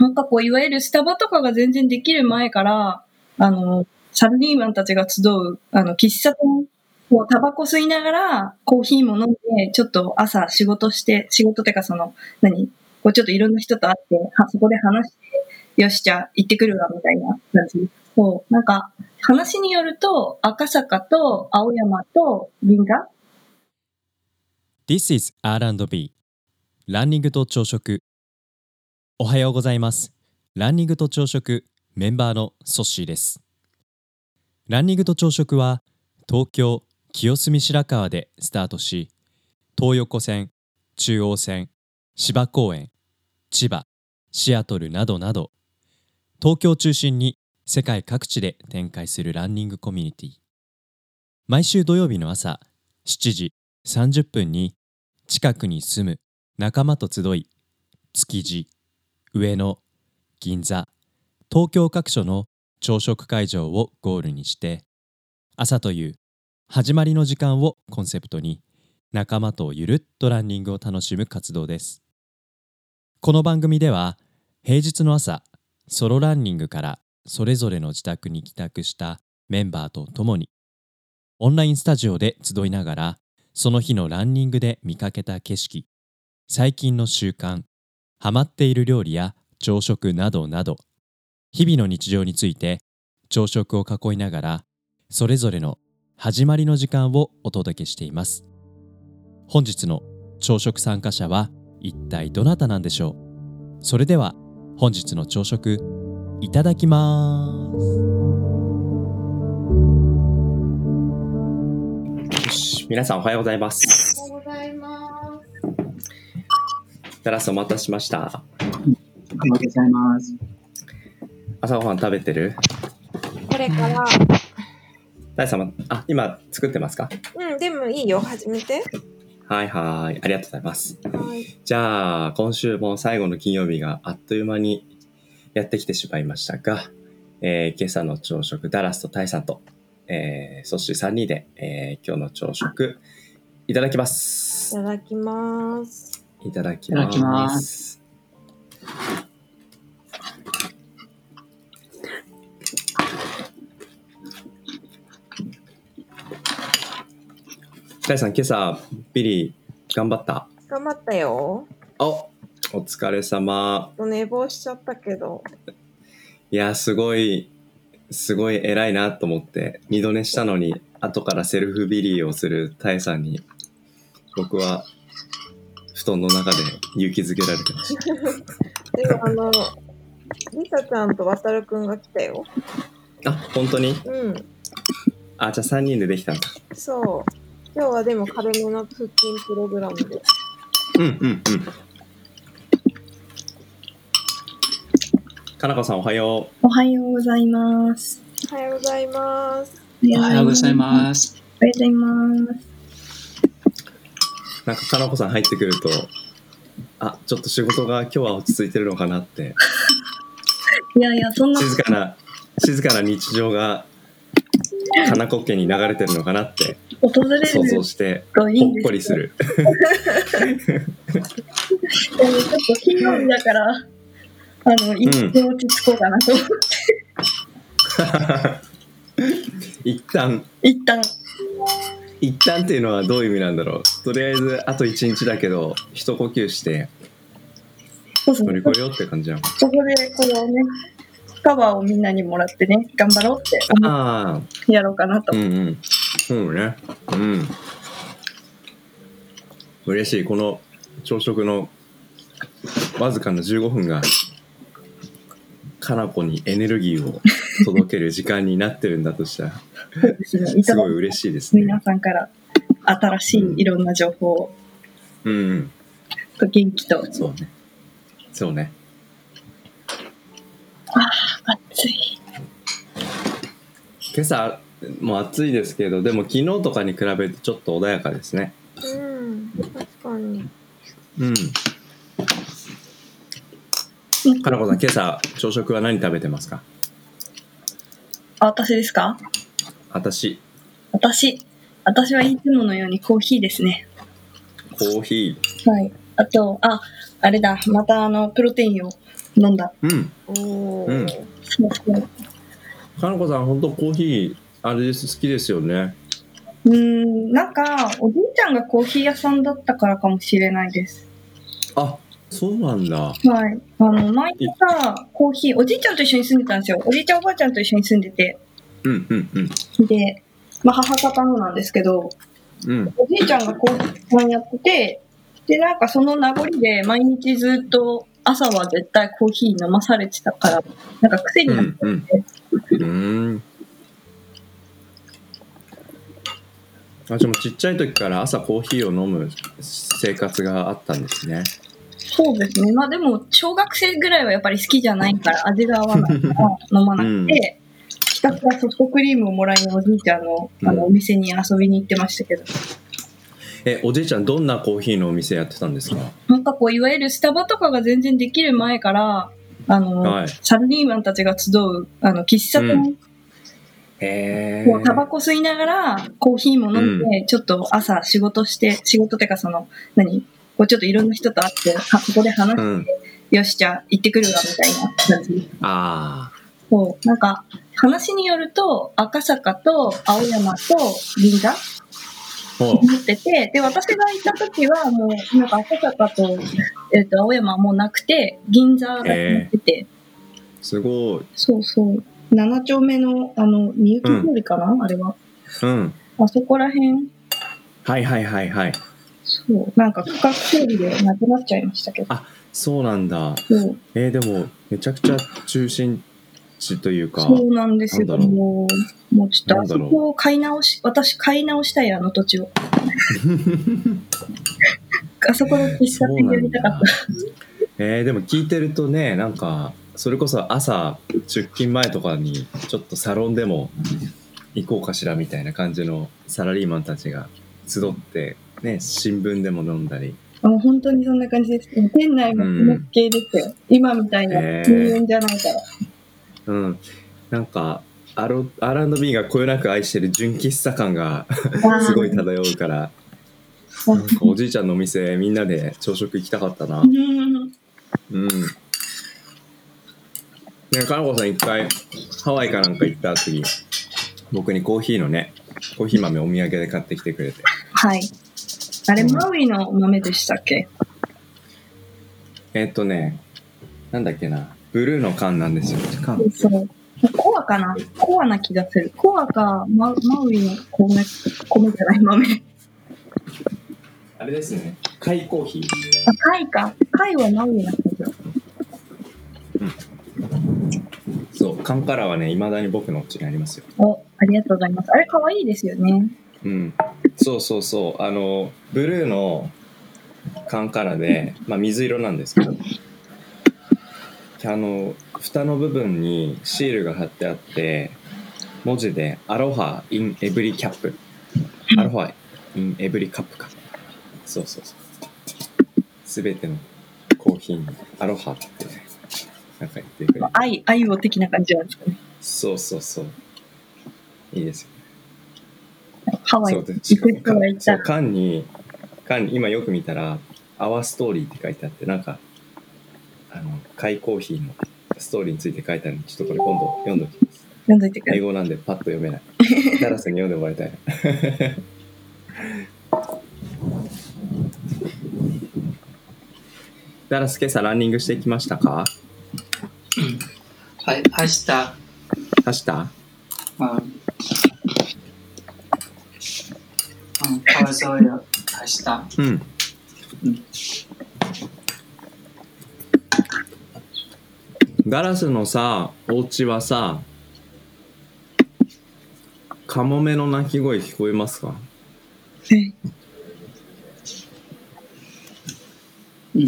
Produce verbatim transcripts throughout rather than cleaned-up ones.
なんかこういわゆるスタバとかが全然できる前から、あのサラリーマンたちが集うあの喫茶店、こうタバコ吸いながらコーヒーも飲んで、ちょっと朝仕事して、仕事ってかその何こうちょっといろんな人と会って、はそこで話して、よしじゃあ行ってくるわみたいな感じ。そうなんか話によると赤坂と青山と銀座。 This isアールアンドビー ランニングと朝食。おはようございます。ランニングと朝食メンバーのソッシーです。ランニングと朝食は東京清澄白河でスタートし、東横線、中央線、芝公園、千葉、シアトルなどなど東京を中心に世界各地で展開するランニングコミュニティ。毎週土曜日の朝しちじさんじゅっぷんに近くに住む仲間と集い、築地、上野、銀座、東京各所の朝食会場をゴールにして、朝という始まりの時間をコンセプトに仲間とゆるっとランニングを楽しむ活動です。この番組では平日の朝、ソロランニングからそれぞれの自宅に帰宅したメンバーと共にオンラインスタジオで集いながら、その日のランニングで見かけた景色、最近の習慣、ハマっている料理や朝食などなど、日々の日常について朝食を囲いながら、それぞれの始まりの時間をお届けしています。本日の朝食参加者は一体どなたなんでしょう。それでは本日の朝食いただきます。 よし、皆さんおはようございます。 おはようございます。 ダラスお待たせしました。 おはようございます。 朝ごはん食べてる？ これから。 大さん、あ、今作ってますか？ うん、でもいいよ、始めて。 はいはい、ありがとうございます。 はい。 じゃあ、今週も最後の金曜日があっという間にやってきてしまいましたが、えー、今朝の朝食、ダラスとタイさんと、えー、そしてさんにんで、えー、今日の朝食いただきます。 いただきます。 いただきます。 いただきます。 タイさん、今朝ビリ頑張った？ 頑張ったよ。 お、お疲れ様。 寝坊しちゃったけど。 いや、すごいすごい偉いなと思って、二度寝したのに後からセルフビリーをするタイさんに、僕は布団の中で勇気づけられてました。 でもあのリサちゃんとワタルくんが来たよ。 あ、本当に？ うん。 あ、じゃあさんにんでできたんだ。 そう。今日はでも軽めの腹筋プログラムで。 うんうんうん。かなこさんおはよう。おはようございます。 おはようございます。 おはようございます。 おはようございます。 なんかかなこさん入ってくると、あ、ちょっと仕事が今日は落ち着いてるのかなって。 いやいや、そんな静かな静かな日常がかなこ家に流れてるのかなって想像してほっこりする。 でもちょっと金曜日だからあの一度落ち着こうかなと思って、 うん、一旦一旦一旦っていうのはどういう意味なんだろう。とりあえずあと一日だけど一呼吸して乗り越えようって感じなの。 そこでこのねカバーをみんなにもらってね、頑張ろうって思ってやろうかなと。 うんうん。そうね。うん。嬉しい。この朝食のわずかのじゅうごふんがかなこにエネルギーを届ける時間になってるんだとしたらそうですね、 すごい嬉しいですね。 皆さんから新しいいろんな情報を、 うんうん、 と元気と、 そうね。そうね。 ああ、暑い。 今朝も暑いですけど、でも昨日とかに比べるとちょっと穏やかですね。 うん、確かに。 うん。かなこさん、今朝朝食は何食べてますか？ あ、私ですか？ 私。 私。私はいつものようにコーヒーですね。 コーヒー。はい。 あと、あ、あれだ、またあの、プロテインを飲んだ。 うん。 おうんー。 そうそうかのこさん、本当コーヒー、あれです、好きですよね。 うーん、なんか、おじいちゃんがコーヒー屋さんだったからかもしれないです。 あ、そうなんだ。 はい。あの、毎朝、コーヒー、おじいちゃんと一緒に住んでたんですよ。おじいちゃんおばあちゃんと一緒に住んでて。 うんうんうん。 で、まあ、母方のなんですけど、 うん。 おじいちゃんがコーヒー屋さんやってて、で、なんかその名残で毎日ずっと朝は絶対コーヒー飲まされてたから、なんか癖になってて、 うんうーん。私もちっちゃい時から朝コーヒーを飲む生活があったんですね。 そうですね。まあでも、小学生ぐらいはやっぱり好きじゃないから味が合わないから飲まなくて、ひたすらソフトクリームをもらいにおじいちゃんのあのお店に遊びに行ってましたけど、 え、おじいちゃんどんなコーヒーのお店やってたんですか？ なんかこう、いわゆるスタバとかが全然できる前から、あの、 はいサラリーマンたちが集う、あの、喫茶店、 へこうタバー。 コ吸いながらコーヒーも飲んで、ちょっと朝仕事して仕事っていうかその何こうちょっといろんな人と会ってはそこで話して、 うん。 よしじゃあ行ってくるわみたいな感じ。 あそうなんか話によると赤坂と青山と銀座あ。ほ持ってて、で私が行った時はもうなんか赤坂と、えっと青山はもうなくて銀座が持ってて、 う。すごい。 そうそうなな丁目のあのみゆき通りかな、あれはうん。 あそこら辺。 はいはいはいはい。 そうなんか区画整理でなくなっちゃいましたけど。 あ、そうなんだ。 そうえー、でもめちゃくちゃ中心地というか。 そうなんですよ。 なんだろうもうもうちょっとあそなんだろうこを買い直し私買い直したいあの土地を。あそこの喫茶店やりたかった。 えー、でも聞いてるとね、なんかそれこそ朝出勤前とかにちょっとサロンでも行こうかしらみたいな感じのサラリーマンたちが集ってね、新聞でも飲んだり。 もう本当にそんな感じです。店内もこの系ですよ。今みたいなへー禁煙じゃないから。 うん。なんかアロ アールアンドビー がこよなく愛してる純喫茶感があすごい漂うから、 ーなんかおじいちゃんのお店みんなで朝食行きたかったな。 うんうん。ね、かなこさん一回ハワイかなんか行った時、僕にコーヒーのね、コーヒー豆お土産で買ってきてくれて。 はい。あれマウイの豆でしたっけ？ えっとね、なんだっけな、ブルーの缶なんですよ。缶。 そう。コアかな？コアな気がする。コアかママウイの米米じゃない豆。 あれですね、貝コーヒー。 あ、貝か。貝はマウイな気がする。 そう、缶カラーはね、未だに僕のうちにありますよ。 お、ありがとうございます。あれ可愛いですよね。 うん。そうそうそう。あの、ブルーの缶カラーで、まあ水色なんですけど、あの、蓋の部分にシールが貼ってあって、文字で、アロハ in every cap。アロハ in every cup か。そうそうそう。すべてのコーヒーにアロハってね、なんか言ってくれる。 愛、愛を的な感じなんですかね。 そうそうそう。いいですよね。 ハワイそう行く人がいたそう、缶に、缶に今よく見たら、Our Story って書いてあって、なんか、あの、貝コーヒーのストーリーについて書いてあるんで、ちょっとこれ今度読んどきます。 読んどいてください。 英語なんでパッと読めない。ダラスに読んでもらいたい。ダラス、今朝ランニングしてきましたか？ はい、走った。 走った？ うん。うん、川沿いを走った。 うん。 うん。 ダラスのさ、お家はさ、カモメの鳴き声聞こえますか？ えうん。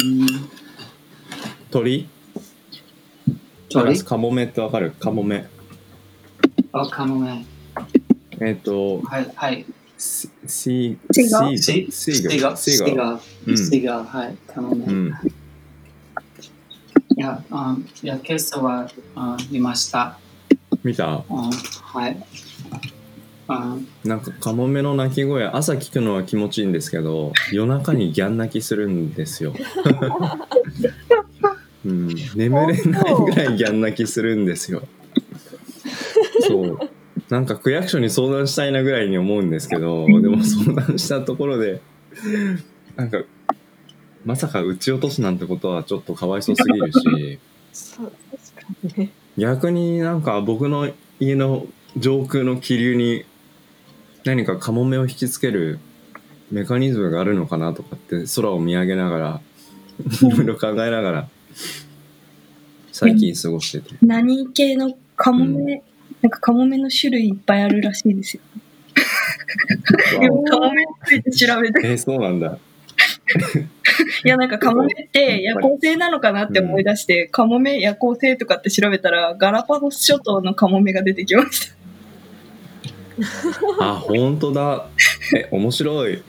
鳥？ダラ鳥ス、カモメってわかる？カモメ。 あ、カモメ。 えっ、ー、と、 はい、はい。 シシシーガーシーシシーガーシシーガーガー。シガー、はい、カモメ。 うん。 いや、あいや、今朝はあ見ました。 見た？ あはい。 あなんかカモメの鳴き声朝聞くのは気持ちいいんですけど夜中にギャン泣きするんですよ、うん、眠れないぐらいギャン泣きするんですよ。そうなんか区役所に相談したいなぐらいに思うんですけど、でも相談したところでなんかまさか撃ち落とすなんてことはちょっとかわいそうすぎるしそう確かにね。 逆になんか僕の家の上空の気流に何かカモメを引きつけるメカニズムがあるのかなとかって空を見上げながらいろいろ考えながら最近過ごしてて、 何系のカモメ、うん、なんかカモメの種類いっぱいあるらしいですよ。カモメについて調べて。 えー、そうなんだ。 いやなんかカモメって夜行性なのかなって思い出して、うん、カモメ夜行性とかって調べたらガラパゴス諸島のカモメが出てきました。 あ、本当だ。え、面白い。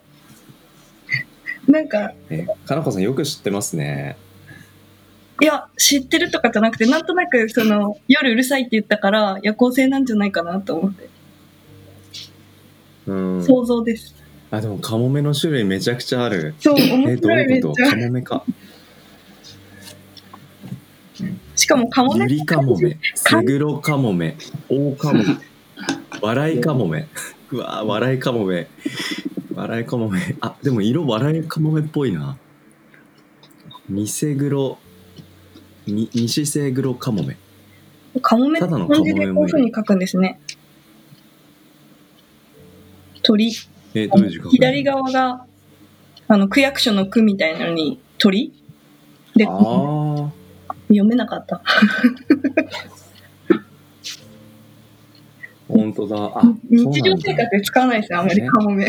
なんかえ、かなこさんよく知ってますね。 いや知ってるとかじゃなくて、なんとなくその夜うるさいって言ったから夜行性なんじゃないかなと思って、うん、想像です。 あ、でもカモメの種類めちゃくちゃある。 そう、面白い。 え、どういうこと？カモメか。 しかもカモメ、 ユリカモメ、セグロカモメ、オオカモメ、笑いカモメ。うわー、笑いカモメ。笑いカモメ。あ、でも色笑いカモメっぽいな。ニセグロ、に西セグロカモメ。 カモメって漢字でこういう風に書くんですね。鳥。 え、どういう字書くの？ 左側があの区役所の区みたいなのに鳥で、あ読めなかった。 本当だ。あ、 日常生活で使わないですね、あまりカモメ。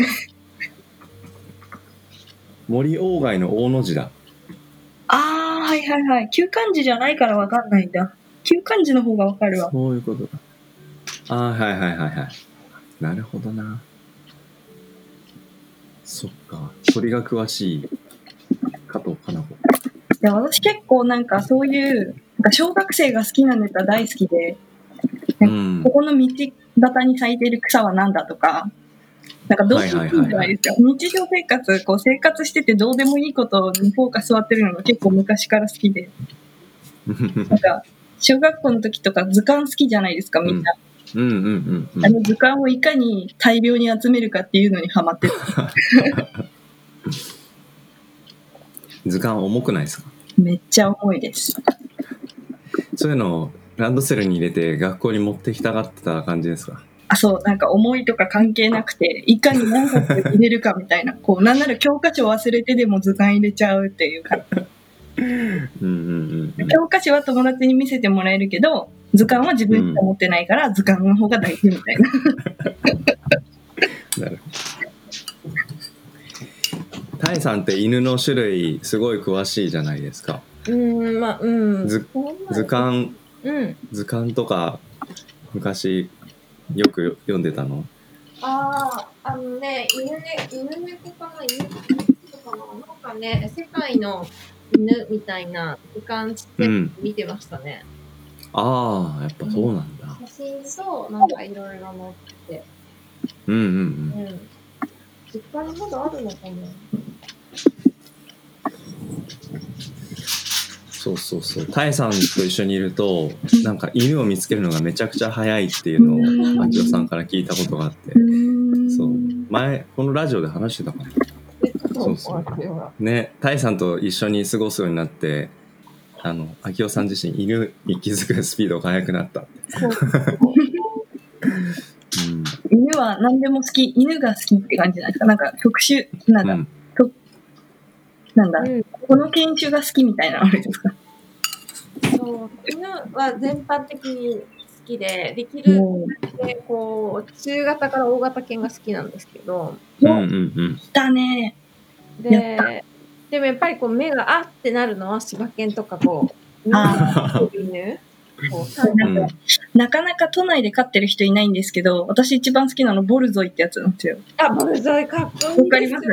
森鴎外の大の字だ。 ああ、はいはいはい。旧漢字じゃないからわかんないんだ。旧漢字の方がわかるわ。 そういうことだ。ああ、はいはいはいはい。なるほどな。そっか。鳥が詳しい加藤かな子。いや、私結構なんかそういうなんか小学生が好きなネタ大好きで、うん、ここの道端に咲いてる草は何だとか、なんかどうでもいいじゃないですか。日常生活、こう生活しててどうでもいいことにフォーカス当てるのが結構昔から好きで。なんか小学校の時とか図鑑好きじゃないですか、みんな。 うんうんうんうん、 あの図鑑をいかに大量に集めるかっていうのにハマってる。 図鑑重くないですか？ めっちゃ重いです。 そういうのをランドセルに入れて学校に持ってきたがってた感じですか？ あ、そう、なんか重いとか関係なくて、いかに何冊入れるかみたいな、こうなんなら教科書忘れてでも図鑑入れちゃうっていうか。うんうんうん、教科書は友達に見せてもらえるけど、図鑑は自分しか持ってないから、うん、図鑑の方が大事みたいな。 なるほど。タイさんって犬の種類すごい詳しいじゃないですか。 うんまあうん。 図図鑑、うん、図鑑とか昔よく読んでたの？ あああのね犬ね犬猫かな犬猫かななんかね世界の犬みたいな図鑑して見てましたね。 うん、ああやっぱそうなんだ。 写真となんかいろいろ載ってて。 うんうんうん。うん、 実家にまだあるのかな。 そうそうそう。タイさんと一緒にいるとなんか犬を見つけるのがめちゃくちゃ早いっていうのをあきおさんから聞いたことがあって、そう前このラジオで話してたかな。そうそうね、タイさんと一緒に過ごすようになってあのあきおさん自身犬に気づくスピードが速くなったって。 うん、犬は何でも好き、犬が好きって感じなんですか？なんか特殊なんだ、うん、となんだ、うん、この犬種が好きみたいなのあるんですか？ そう犬は全般的に好きで、できるだけこう中型から大型犬が好きなんですけど、 うんうんうん、 だね。 で、でもやっぱりこう目があってなるのは柴犬とかこう犬。 なんかなかなか都内で飼ってる人いないんですけど、私一番好きなのボルゾイってやつなんですよ。 あ、ボルゾイかっこいい。 わかります？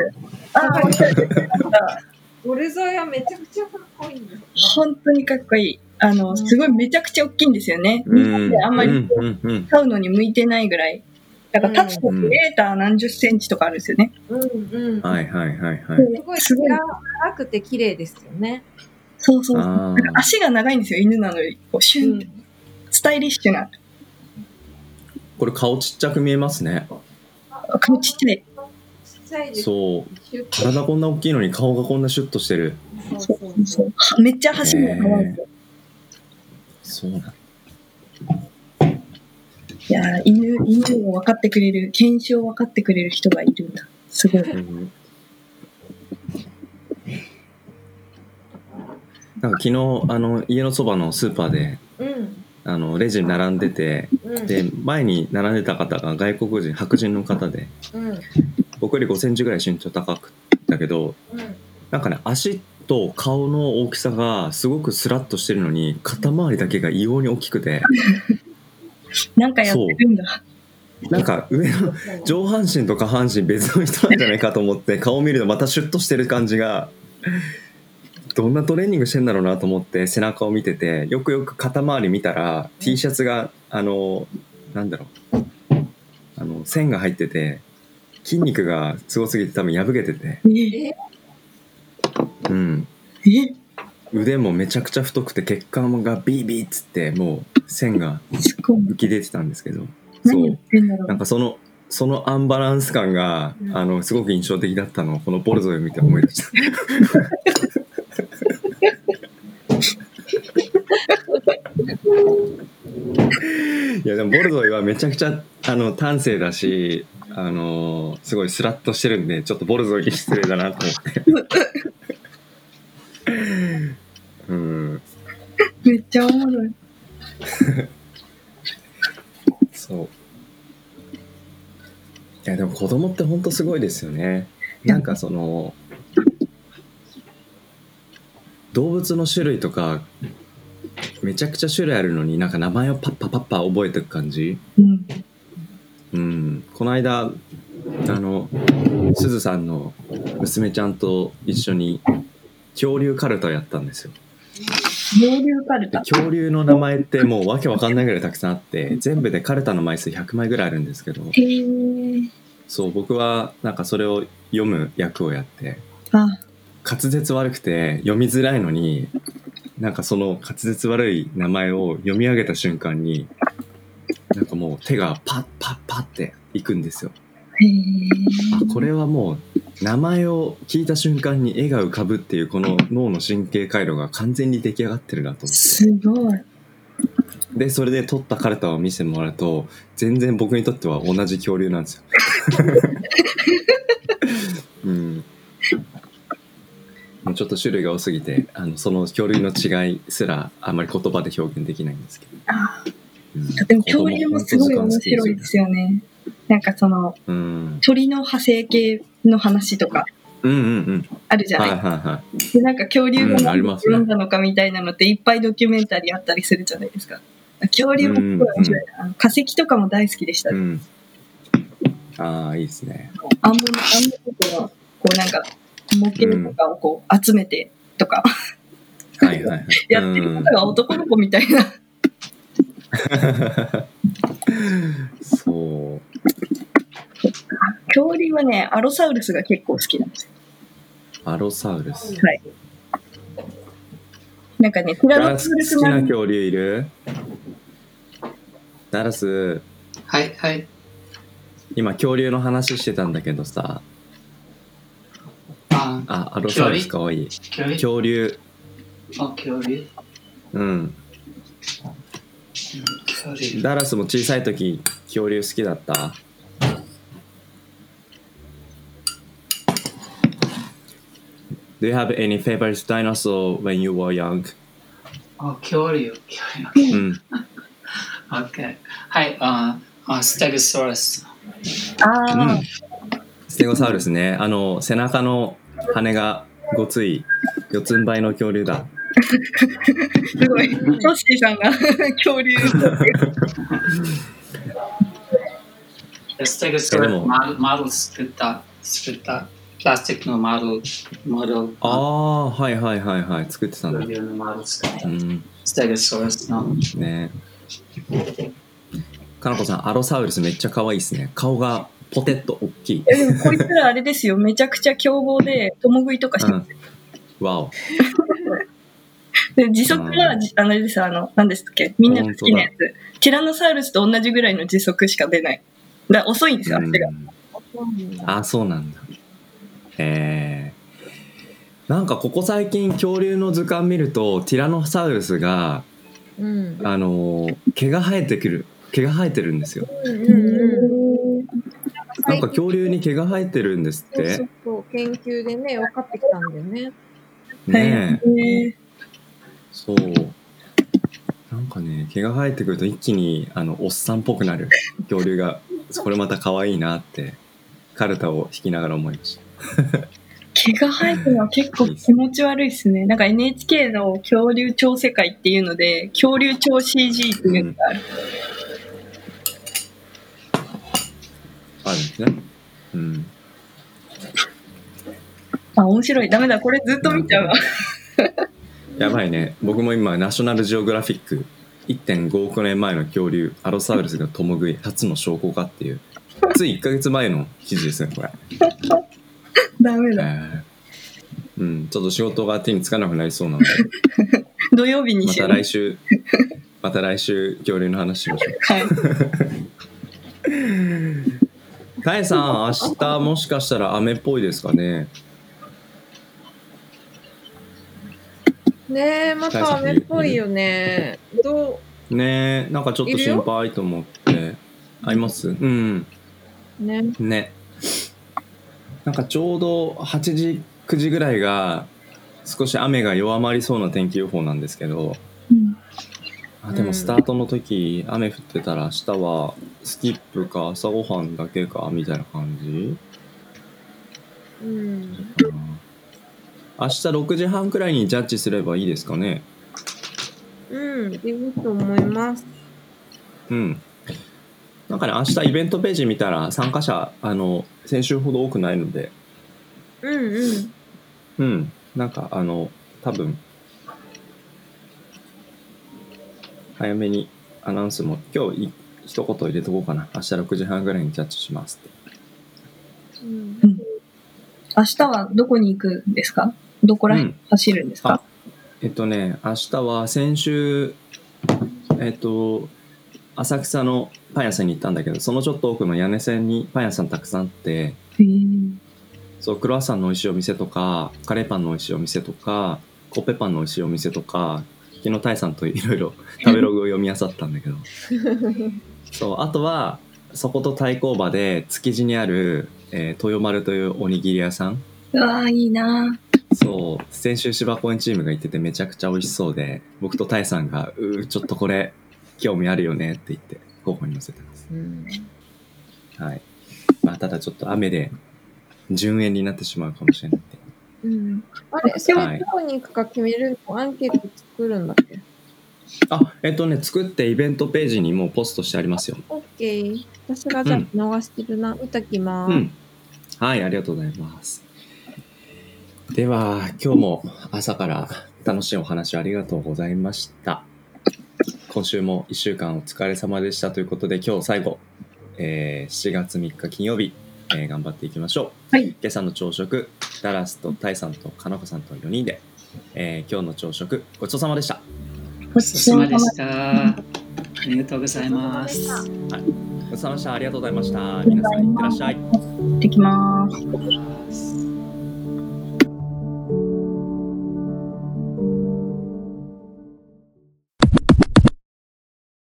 あ、 ボルゾイはめちゃくちゃかっこいいんです、ね。 本当にかっこいい。あの、すごいめちゃくちゃ大きいんですよね。日本であんまり飼うのに向いてないぐらい。 だから立つとメーター何十センチとかあるんですよね。 うんうん。 はいはいはいはい。 すごいすごい長くて綺麗ですよね。 そうそうそう。 あなんかー足が長いんですよ、犬なのに。こうシュン、 うん。 スタイリッシュな。 これ顔ちっちゃく見えますね。 顔ちっちゃい。 ちっちゃいです。 そう。 シュッ体こんな大きいのに顔がこんなシュッとしてる。 そうそうそそうう。めっちゃ走るのが可愛いんですよ。 そうなんだ。 いやー、犬、犬を分かってくれる、犬種を分かってくれる人がいるんだ。すごい。 うんなんか昨日あの家のそばのスーパーでうんあのレジに並んでて、 うんで前に並んでた方が外国人白人の方で、 うん僕よりごセンチぐらい身長高くだけど、 うんなんかね足と顔の大きさがすごくスラッとしてるのに肩周りだけが異様に大きくて、 なんかやってるんだ。 なんか上の上半身と下半身別の人なんじゃないかと思って顔を見るとまたシュッとしてる感じが、どんなトレーニングしてんだろうなと思って背中を見てて、よくよく肩周り見たら T シャツがあのなんだろうあの線が入ってて筋肉がすごすぎて多分破けてて、 えうん、 え腕もめちゃくちゃ太くて血管がビービーっつってもう線がすごい。 浮き出てたんですけど、 何やっそうてんだろう。 なんかそのそのアンバランス感があのすごく印象的だったのをこのボルゾイを見て思い出した。いやでもボルゾイはめちゃくちゃあの端正だし、あのすごいスラッとしてるんでちょっとボルゾイに失礼だなと思ってうん、 めっちゃおもろい。 そう。いやでも子供って本当すごいですよね。なんかその動物の種類とかめちゃくちゃ種類あるのになんか名前をパッパパッパ覚えていく感じ。 うん。 うん。この間あのすずさんの娘ちゃんと一緒に恐竜カルタやったんですよ。 恐竜カルでタ。 恐竜の名前ってもうわけわかんないぐらいたくさんあって全部でカルタの枚数ひゃくまいぐらいあるんですけど、 へー。 そう僕はなんかそれを読む役をやってあ、 滑舌悪くて読みづらいのになんかその滑舌悪い名前を読み上げた瞬間になんかもう手がパッパッパッっていくんですよ。 へー。 あこれはもう名前を聞いた瞬間に絵が浮かぶっていうこの脳の神経回路が完全に出来上がってるなと思って、 すごい。 でそれで撮ったカルタを見せてもらうと全然僕にとっては同じ恐竜なんですよ。うんもうちょっと種類が多すぎてあのその恐竜の違いすらあまり言葉で表現できないんですけど、 あうんでも恐竜もすごい面白いですよね。なんかそのうん鳥の派生系の話とかうんうんうんあるじゃない、 はいはいはでなんか恐竜がうんあ何でりますね読んだのかみたいなのっていっぱいドキュメンタリーあったりするじゃないですか。恐竜もすごい面白いな、あの化石とかも大好きでした、 い、うん、ああいいですね。 アンモナアンモナとのこうなんか模型とかをこう集めてとか、 はいはいはいやってることが男の子みたいな、 そう恐竜はねアロサウルスが結構好きなんですよ。 アロサウルス。 はい。なんかねティラノダラスサウルス並み好きな恐竜いる？ダラスはいはい。 今恐竜の話してたんだけどさ、 あ、 あアロサウルスかわいい。 恐竜恐竜あ、恐竜うん恐竜。 ダラスも小さい時恐竜好きだった？Do you have any favorite dinosaur when you were young? あ、恐竜。恐竜。 うん。 OK。はい、あ、あステゴサウルス。 ああ、 うんステゴサウルスね。あの背中の羽がごつい四つん這いの恐竜だ。 すごいトッシーさんが恐竜ステゴサウルス、マルマル作った、作ったプラスチックのマル、マル。 ああはいはいはいはい作ってたんだ。 恐竜のマル作った。 うんステゴサウルスの。 ね。 かなこさん、アロサウルスめっちゃ可愛いですね。顔がポテッと大きい。 でもこいつらあれですよ、めちゃくちゃ凶暴で、共食いとかしてますよ。 うん、わお。 で時速は、あのあれです、あの、何ですっけ、みんなが好きなやつ。ティラノサウルスと同じぐらいの時速しか出ない。だから遅いんですよ、足が。 あ、そうなんだ。へえ。なんかここ最近恐竜の図鑑見るとティラノサウルスが、うん、あの毛が生えてくる毛が生えてるんですよ。うんうんうん、なんか恐竜に毛が生えてるんですって。 そうそうそう、研究でね分かってきたんだよね。 ねえ。そう。なんかね、毛が生えてくると一気にあのおっさんっぽくなる恐竜が、これまた可愛いなってカルタを弾きながら思いました。 毛が生えてるのは結構気持ち悪いですね。なんか エヌエイチケー の恐竜超世界っていうので、恐竜超 シージー っていうのがある。 うん、あるんですね。うん。 あ、面白い。ダメだ、これずっと見ちゃうわ。 やばいね。僕も今ナショナルジオグラフィック いってんごおくねんまえの恐竜アロサウルスが共食い初の証拠かっていうついいっかげつまえの記事ですね、これ。 ダメだ、 えー、うん、ちょっと仕事が手につかなくなりそうなので土曜日にしよう。 また来週また来週恐竜の話しましょう。 はいタエさん、明日もしかしたら雨っぽいですかね。 ねえ、また雨っぽいよね。どうねえ、なんかちょっと心配と思ってあります。うんねね、なんかちょうどはちじくじぐらいが少し雨が弱まりそうな天気予報なんですけど、うん、あでもスタートの時、うん、雨降ってたら明日はスキップか朝ごはんだけかみたいな感じ。うん、うん、明日ろくじはんくらいにジャッジすればいいですかね。 うん、いいと思います。 うん。なんかね、明日イベントページ見たら参加者あの先週ほど多くないので、 うんうんうんなんかあの多分早めにアナウンスも今日一言入れとこうかな。明日ろくじはんぐらいにジャッジしますって。 うん、明日はどこに行くんですか？どこら辺走るんですか？ うん、えっとね明日は先週えっと浅草のパン屋さんに行ったんだけど、そのちょっと奥の屋根線にパン屋さんたくさんあって、そうクロワッサンの美味しいお店とかカレーパンの美味しいお店とかコッペパンの美味しいお店とか、昨日タイさんといろいろ食べログを読み漁ったんだけどそうあとはそこと対抗馬で築地にある、えー、豊丸というおにぎり屋さん。 うわーいいな。 そう先週芝公園チームが行っててめちゃくちゃ美味しそうで、僕とタイさんがうーちょっとこれ興味あるよねって言って候補に載せてます、うん、はい。まあただちょっと雨で順延になってしまうかもしれないんで、 うん、あれそれどこに行くか決めるの、アンケート作るんだっけ？ あえっとね作ってイベントページにもうポストしてありますよ。 オッケー。私がじゃあ逃してるな、うん、見ときます、 うん、はいありがとうございます。では今日も朝から楽しいお話ありがとうございました。今週もいっしゅうかんお疲れ様でしたということで、今日最後、えー、しちがつみっか金曜日、えー、頑張っていきましょう、はい、今朝の朝食ダラスとタイさんとかなこさんとよにんで、えー、今日の朝食ごちそうさまでした。 ごちそうさまでした。ありがとうございます。はい、 ごちそうさまでした。ありがとうございました。皆さんいってらっしゃい。 行ってきます。